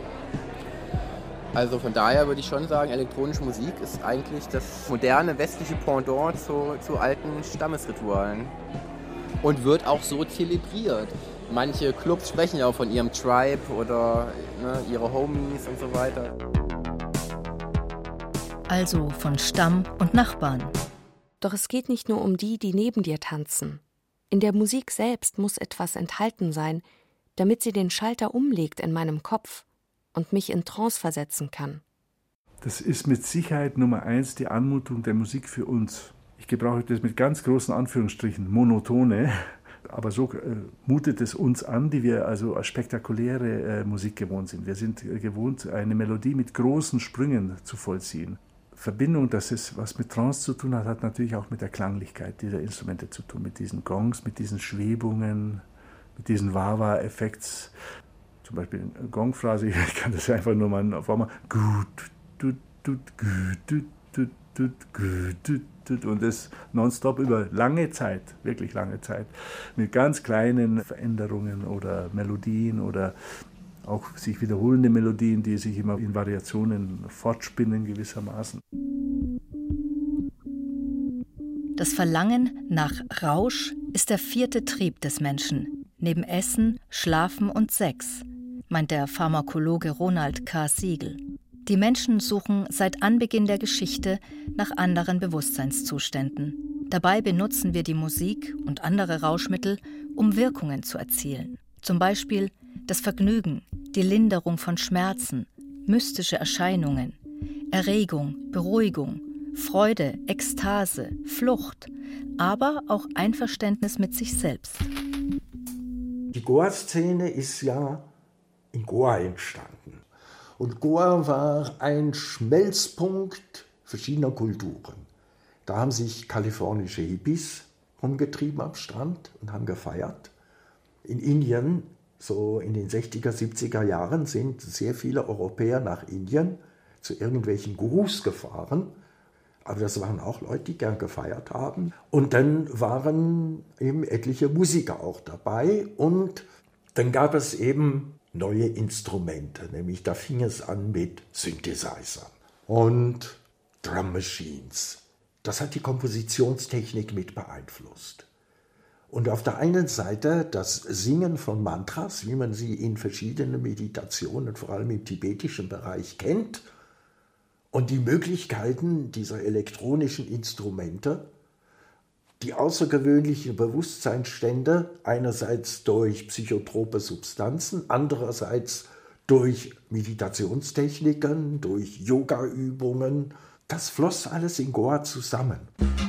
Also von daher würde ich schon sagen, elektronische Musik ist eigentlich das moderne westliche Pendant zu alten Stammesritualen. Und wird auch so zelebriert. Manche Clubs sprechen ja auch von ihrem Tribe oder ihre Homies und so weiter. Also von Stamm und Nachbarn. Doch es geht nicht nur um die, die neben dir tanzen. In der Musik selbst muss etwas enthalten sein, damit sie den Schalter umlegt in meinem Kopf und mich in Trance versetzen kann. Das ist mit Sicherheit Nummer 1 die Anmutung der Musik für uns. Ich gebrauche das mit ganz großen Anführungsstrichen, monotone, aber so mutet es uns an, die wir also als spektakuläre Musik gewohnt sind. Wir sind gewohnt, eine Melodie mit großen Sprüngen zu vollziehen. Verbindung, dass es was mit Trance zu tun hat, hat natürlich auch mit der Klanglichkeit dieser Instrumente zu tun, mit diesen Gongs, mit diesen Schwebungen, mit diesen Wah-Wah-Effekts. Zum Beispiel eine Gongphrase, ich kann das einfach nur mal vormachen. Und das nonstop über lange Zeit, wirklich lange Zeit, mit ganz kleinen Veränderungen oder Melodien oder auch sich wiederholende Melodien, die sich immer in Variationen fortspinnen gewissermaßen. Das Verlangen nach Rausch ist der 4. Trieb des Menschen, neben Essen, Schlafen und Sex, meint der Pharmakologe Ronald K. Siegel. Die Menschen suchen seit Anbeginn der Geschichte nach anderen Bewusstseinszuständen. Dabei benutzen wir die Musik und andere Rauschmittel, um Wirkungen zu erzielen. Zum Beispiel das Vergnügen, die Linderung von Schmerzen, mystische Erscheinungen, Erregung, Beruhigung, Freude, Ekstase, Flucht, aber auch Einverständnis mit sich selbst. Die Goa-Szene ist ja in Goa entstanden. Und Goa war ein Schmelzpunkt verschiedener Kulturen. Da haben sich kalifornische Hippies rumgetrieben am Strand und haben gefeiert. In Indien, so in den 60er, 70er Jahren, sind sehr viele Europäer nach Indien zu irgendwelchen Gurus gefahren. Aber das waren auch Leute, die gern gefeiert haben. Und dann waren eben etliche Musiker auch dabei. Und dann gab es eben neue Instrumente, nämlich da fing es an mit Synthesizern und Drum Machines. Das hat die Kompositionstechnik mit beeinflusst. Und auf der einen Seite das Singen von Mantras, wie man sie in verschiedenen Meditationen, vor allem im tibetischen Bereich, kennt, und die Möglichkeiten dieser elektronischen Instrumente, die außergewöhnlichen Bewusstseinsstände, einerseits durch psychotrope Substanzen, andererseits durch Meditationstechniken, durch Yoga-Übungen, das floss alles in Goa zusammen.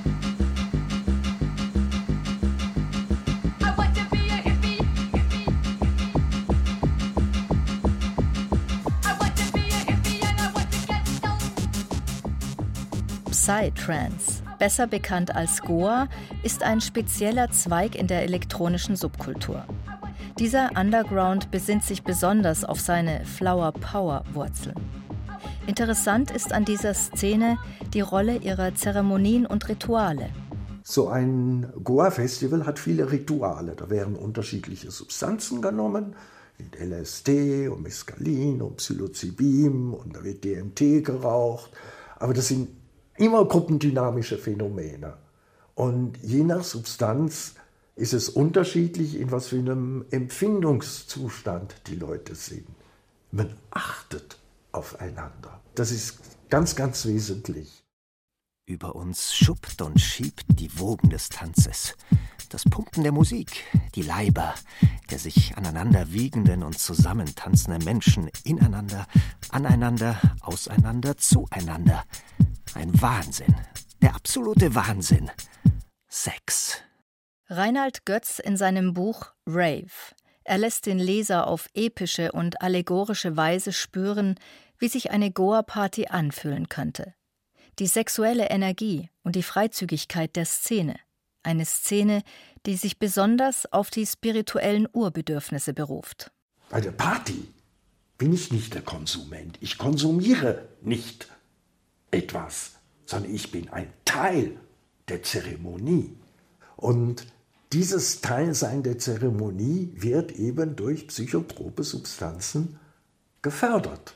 Psytrance, besser bekannt als Goa, ist ein spezieller Zweig in der elektronischen Subkultur. Dieser Underground besinnt sich besonders auf seine Flower-Power-Wurzeln. Interessant ist an dieser Szene die Rolle ihrer Zeremonien und Rituale. So ein Goa-Festival hat viele Rituale. Da werden unterschiedliche Substanzen genommen, mit LSD und Mescalin und Psilocybin, und da wird DMT geraucht. Aber das sind immer gruppendynamische Phänomene. Und je nach Substanz ist es unterschiedlich, in was für einem Empfindungszustand die Leute sind. Man achtet aufeinander. Das ist ganz, ganz wesentlich. Über uns schuppt und schiebt die Wogen des Tanzes, das Pumpen der Musik, die Leiber der sich aneinander wiegenden und zusammentanzenden Menschen ineinander, aneinander, auseinander, zueinander. Ein Wahnsinn, der absolute Wahnsinn. Sex. Reinald Götz in seinem Buch Rave. Er lässt den Leser auf epische und allegorische Weise spüren, wie sich eine Goa-Party anfühlen könnte. die sexuelle Energie und die Freizügigkeit der Szene. Eine Szene, die sich besonders auf die spirituellen Urbedürfnisse beruft. Bei der Party bin ich nicht der Konsument. Ich konsumiere nicht etwas, sondern ich bin ein Teil der Zeremonie. Und dieses Teilsein der Zeremonie wird eben durch psychotrope Substanzen gefördert.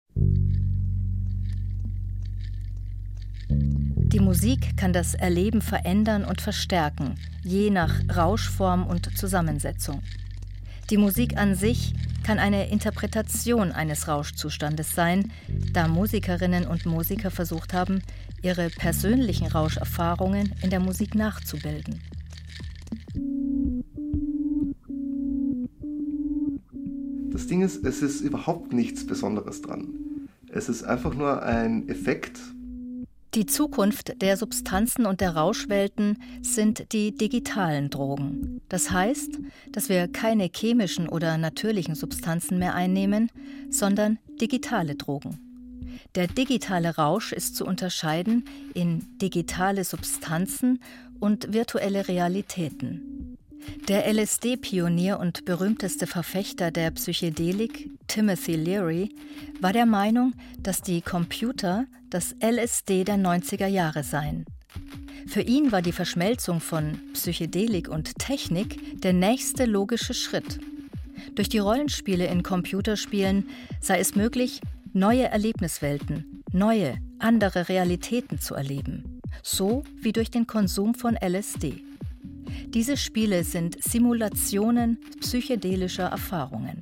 Die Musik kann das Erleben verändern und verstärken, je nach Rauschform und Zusammensetzung. Die Musik an sich kann eine Interpretation eines Rauschzustandes sein, da Musikerinnen und Musiker versucht haben, ihre persönlichen Rauscherfahrungen in der Musik nachzubilden. Das Ding ist, es ist überhaupt nichts Besonderes dran. Es ist einfach nur ein Effekt. Die Zukunft der Substanzen und der Rauschwelten sind die digitalen Drogen. Das heißt, dass wir keine chemischen oder natürlichen Substanzen mehr einnehmen, sondern digitale Drogen. Der digitale Rausch ist zu unterscheiden in digitale Substanzen und virtuelle Realitäten. Der LSD-Pionier und berühmteste Verfechter der Psychedelik, Timothy Leary, war der Meinung, dass die Computer das LSD der 90er Jahre seien. Für ihn war die Verschmelzung von Psychedelik und Technik der nächste logische Schritt. Durch die Rollenspiele in Computerspielen sei es möglich, neue Erlebniswelten, neue, andere Realitäten zu erleben, so wie durch den Konsum von LSD. Diese Spiele sind Simulationen psychedelischer Erfahrungen.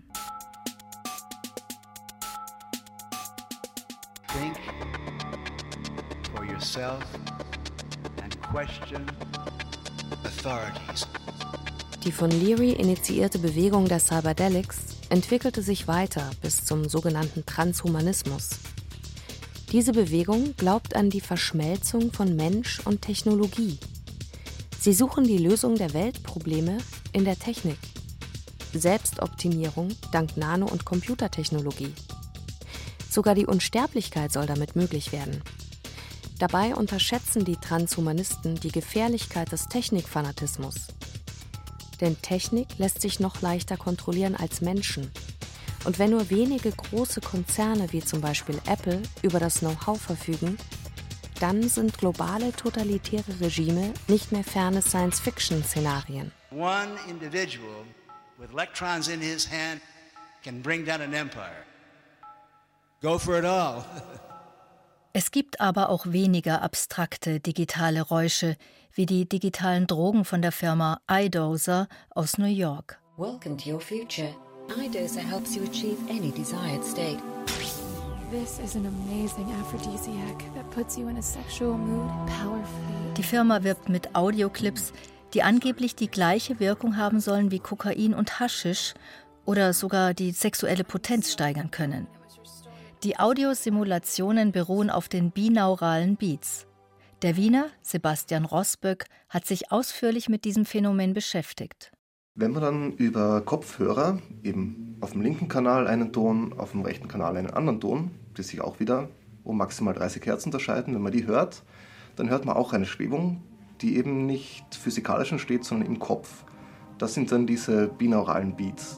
Think for yourself and question authorities. Die von Leary initiierte Bewegung der Cyberdelics entwickelte sich weiter bis zum sogenannten Transhumanismus. Diese Bewegung glaubt an die Verschmelzung von Mensch und Technologie. Sie suchen die Lösung der Weltprobleme in der Technik. Selbstoptimierung dank Nano- und Computertechnologie. Sogar die Unsterblichkeit soll damit möglich werden. Dabei unterschätzen die Transhumanisten die Gefährlichkeit des Technikfanatismus. Denn Technik lässt sich noch leichter kontrollieren als Menschen. Und wenn nur wenige große Konzerne wie zum Beispiel Apple über das Know-how verfügen, dann sind globale totalitäre Regime nicht mehr ferne Science-Fiction-Szenarien. One individual with electrons in his hand can bring down an empire. Go for it all. Es gibt aber auch weniger abstrakte digitale Räusche, wie die digitalen Drogen von der Firma iDozer aus New York. Welcome to your future. iDozer helps you achieve any desired state. This is an amazing aphrodisiac that puts you in a sexual mood powerfully. Die Firma wirbt mit Audioclips, die angeblich die gleiche Wirkung haben sollen wie Kokain und Haschisch oder sogar die sexuelle Potenz steigern können. Die Audiosimulationen beruhen auf den binauralen Beats. Der Wiener Sebastian Rosböck hat sich ausführlich mit diesem Phänomen beschäftigt. Wenn man dann über Kopfhörer eben auf dem linken Kanal einen Ton, auf dem rechten Kanal einen anderen Ton, die sich auch wieder um maximal 30 Hertz unterscheiden, wenn man die hört, dann hört man auch eine Schwingung, die eben nicht physikalisch entsteht, sondern im Kopf. Das sind dann diese binauralen Beats.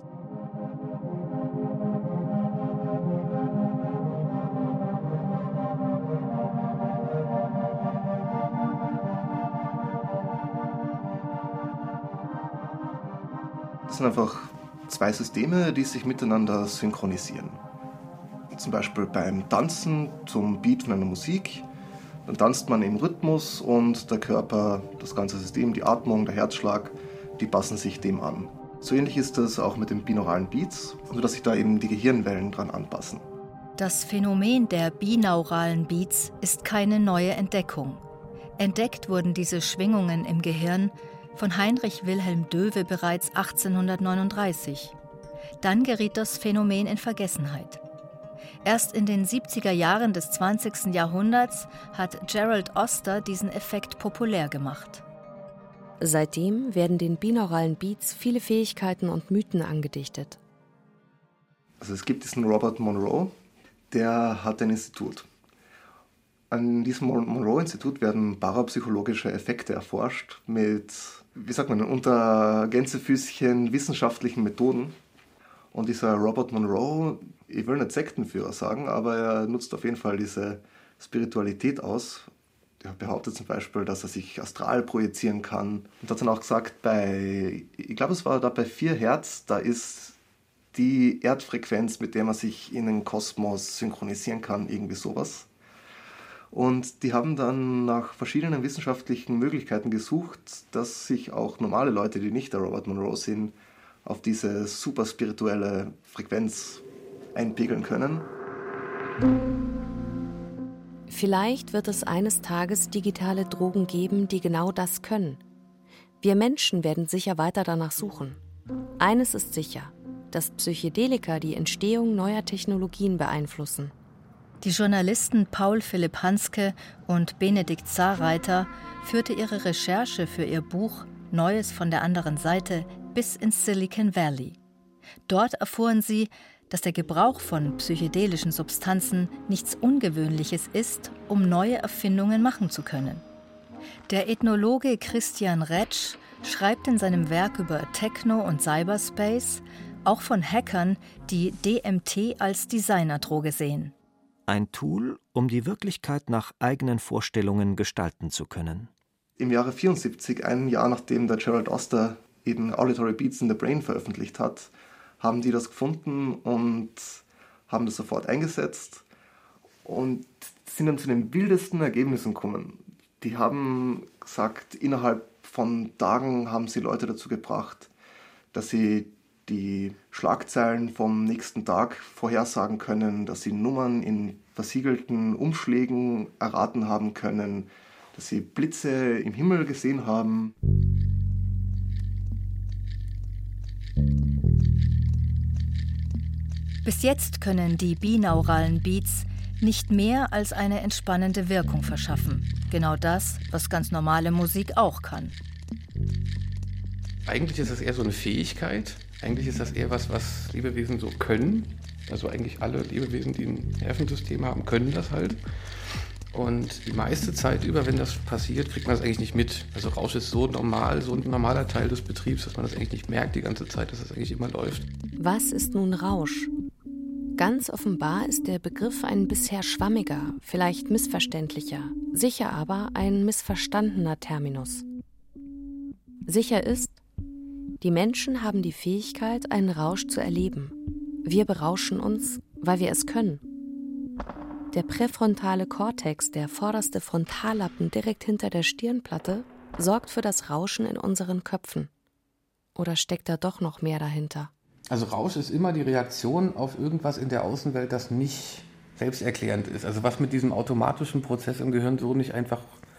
Das sind einfach zwei Systeme, die sich miteinander synchronisieren. Zum Beispiel beim Tanzen zum Beat von einer Musik. Dann tanzt man im Rhythmus und der Körper, das ganze System, die Atmung, der Herzschlag, die passen sich dem an. So ähnlich ist das auch mit den binauralen Beats, sodass sich da eben die Gehirnwellen dran anpassen. Das Phänomen der binauralen Beats ist keine neue Entdeckung. Entdeckt wurden diese Schwingungen im Gehirn von Heinrich Wilhelm Döwe bereits 1839. Dann geriet das Phänomen in Vergessenheit. Erst in den 70er Jahren des 20. Jahrhunderts hat Gerald Oster diesen Effekt populär gemacht. Seitdem werden den binauralen Beats viele Fähigkeiten und Mythen angedichtet. Also es gibt diesen Robert Monroe, der hat ein Institut. An diesem Monroe-Institut werden parapsychologische Effekte erforscht mit, unter Gänsefüßchen wissenschaftlichen Methoden. Und dieser Robert Monroe, ich will nicht Sektenführer sagen, aber er nutzt auf jeden Fall diese Spiritualität aus. Er behauptet zum Beispiel, dass er sich astral projizieren kann. Und hat dann auch gesagt, ich glaube, es war da bei 4 Hertz, da ist die Erdfrequenz, mit der man sich in den Kosmos synchronisieren kann, irgendwie sowas. Und die haben dann nach verschiedenen wissenschaftlichen Möglichkeiten gesucht, dass sich auch normale Leute, die nicht der Robert Monroe sind, auf diese super spirituelle Frequenz einpegeln können. Vielleicht wird es eines Tages digitale Drogen geben, die genau das können. Wir Menschen werden sicher weiter danach suchen. Eines ist sicher, dass Psychedelika die Entstehung neuer Technologien beeinflussen. Die Journalisten Paul Philipp Hanske und Benedikt Zahrreiter führte ihre Recherche für ihr Buch Neues von der anderen Seite bis ins Silicon Valley. Dort erfuhren sie, dass der Gebrauch von psychedelischen Substanzen nichts Ungewöhnliches ist, um neue Erfindungen machen zu können. Der Ethnologe Christian Retsch schreibt in seinem Werk über Techno und Cyberspace auch von Hackern, die DMT als Designerdroge sehen. Ein Tool, um die Wirklichkeit nach eigenen Vorstellungen gestalten zu können. Im Jahre 1974, ein Jahr nachdem der Gerald Oster eben Auditory Beats in the Brain veröffentlicht hat, haben die das gefunden und haben das sofort eingesetzt und sind dann zu den wildesten Ergebnissen gekommen. Die haben gesagt, innerhalb von Tagen haben sie Leute dazu gebracht, dass sie die Schlagzeilen vom nächsten Tag vorhersagen können, dass sie Nummern in versiegelten Umschlägen erraten haben können, dass sie Blitze im Himmel gesehen haben. Bis jetzt können die binauralen Beats nicht mehr als eine entspannende Wirkung verschaffen. Genau das, was ganz normale Musik auch kann. Eigentlich ist das eher so eine Fähigkeit. Eigentlich ist das eher was Lebewesen so können. Also eigentlich alle Lebewesen, die ein Nervensystem haben, können das halt. Und die meiste Zeit über, wenn das passiert, kriegt man das eigentlich nicht mit. Also Rausch ist so normal, so ein normaler Teil des Betriebs, dass man das eigentlich nicht merkt die ganze Zeit, dass das eigentlich immer läuft. Was ist nun Rausch? Ganz offenbar ist der Begriff ein bisher schwammiger, vielleicht missverständlicher, sicher aber ein missverstandener Terminus. Sicher ist, die Menschen haben die Fähigkeit, einen Rausch zu erleben. Wir berauschen uns, weil wir es können. Der präfrontale Kortex, der vorderste Frontallappen direkt hinter der Stirnplatte, sorgt für das Rauschen in unseren Köpfen. Oder steckt da doch noch mehr dahinter? Also Rausch ist immer die Reaktion auf irgendwas in der Außenwelt, das nicht selbsterklärend ist. Also was mit diesem automatischen Prozess im Gehirn so nicht einfach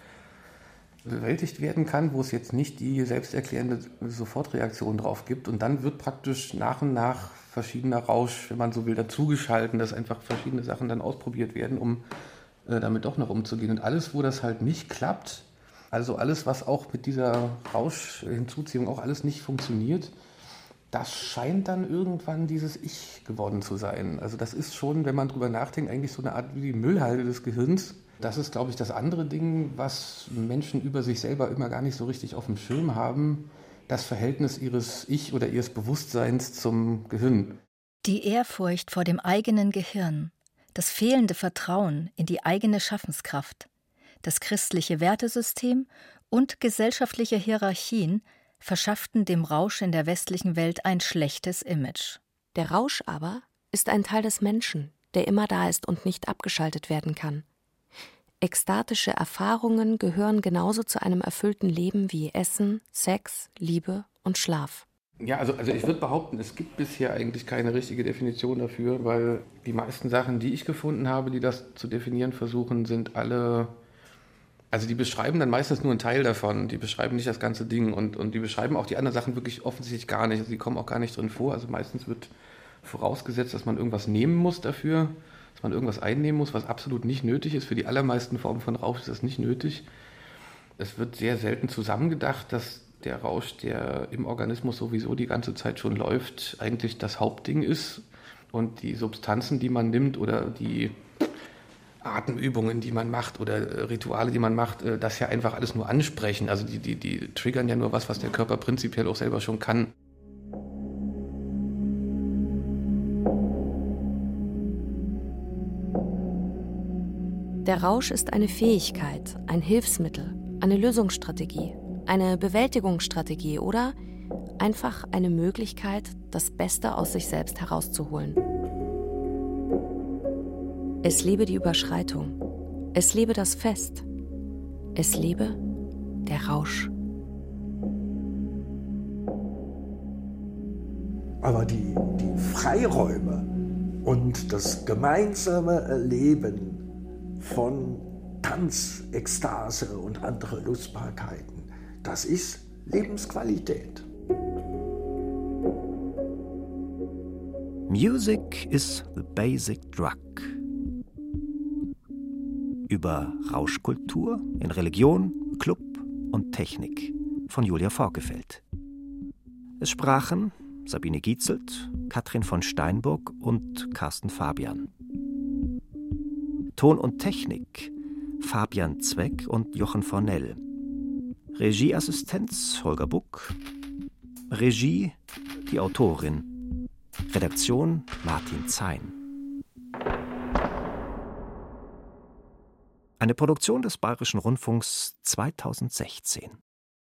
bewältigt werden kann, wo es jetzt nicht die selbsterklärende Sofortreaktion drauf gibt. Und dann wird praktisch nach und nach verschiedener Rausch, wenn man so will, dazugeschalten, dass einfach verschiedene Sachen dann ausprobiert werden, um damit doch noch umzugehen. Und alles, wo das halt nicht klappt, also alles, was auch mit dieser Rauschhinzuziehung auch alles nicht funktioniert, das scheint dann irgendwann dieses Ich geworden zu sein. Also das ist schon, wenn man drüber nachdenkt, eigentlich so eine Art wie die Müllhalde des Gehirns. Das ist, glaube ich, das andere Ding, was Menschen über sich selber immer gar nicht so richtig auf dem Schirm haben, das Verhältnis ihres Ich oder ihres Bewusstseins zum Gehirn. Die Ehrfurcht vor dem eigenen Gehirn, das fehlende Vertrauen in die eigene Schaffenskraft, das christliche Wertesystem und gesellschaftliche Hierarchien verschafften dem Rausch in der westlichen Welt ein schlechtes Image. Der Rausch aber ist ein Teil des Menschen, der immer da ist und nicht abgeschaltet werden kann. Ekstatische Erfahrungen gehören genauso zu einem erfüllten Leben wie Essen, Sex, Liebe und Schlaf. Ja, also ich würde behaupten, es gibt bisher eigentlich keine richtige Definition dafür, weil die meisten Sachen, die ich gefunden habe, die das zu definieren versuchen, sind alle, also die beschreiben dann meistens nur einen Teil davon, die beschreiben nicht das ganze Ding und die beschreiben auch die anderen Sachen wirklich offensichtlich gar nicht, also die kommen auch gar nicht drin vor, also meistens wird vorausgesetzt, dass man irgendwas nehmen muss dafür, dass man irgendwas einnehmen muss, was absolut nicht nötig ist. Für die allermeisten Formen von Rausch ist das nicht nötig. Es wird sehr selten zusammengedacht, dass der Rausch, der im Organismus sowieso die ganze Zeit schon läuft, eigentlich das Hauptding ist. Und die Substanzen, die man nimmt oder die Atemübungen, die man macht oder Rituale, die man macht, das ja einfach alles nur ansprechen. Also die triggern ja nur was der Körper prinzipiell auch selber schon kann. Der Rausch ist eine Fähigkeit, ein Hilfsmittel, eine Lösungsstrategie, eine Bewältigungsstrategie oder einfach eine Möglichkeit, das Beste aus sich selbst herauszuholen. Es lebe die Überschreitung. Es lebe das Fest. Es lebe der Rausch. Aber die Freiräume und das gemeinsame Erleben von Tanz, Ekstase und andere Lustbarkeiten, das ist Lebensqualität. Music is the basic drug. Über Rauschkultur in Religion, Club und Technik von Julia Forkefeld. Es sprachen Sabine Gietzelt, Katrin von Steinburg und Carsten Fabian. Ton und Technik Fabian Zweck und Jochen Fornell. Regieassistenz Holger Buck. Regie die Autorin. Redaktion Martin Zein. Eine Produktion des Bayerischen Rundfunks 2016.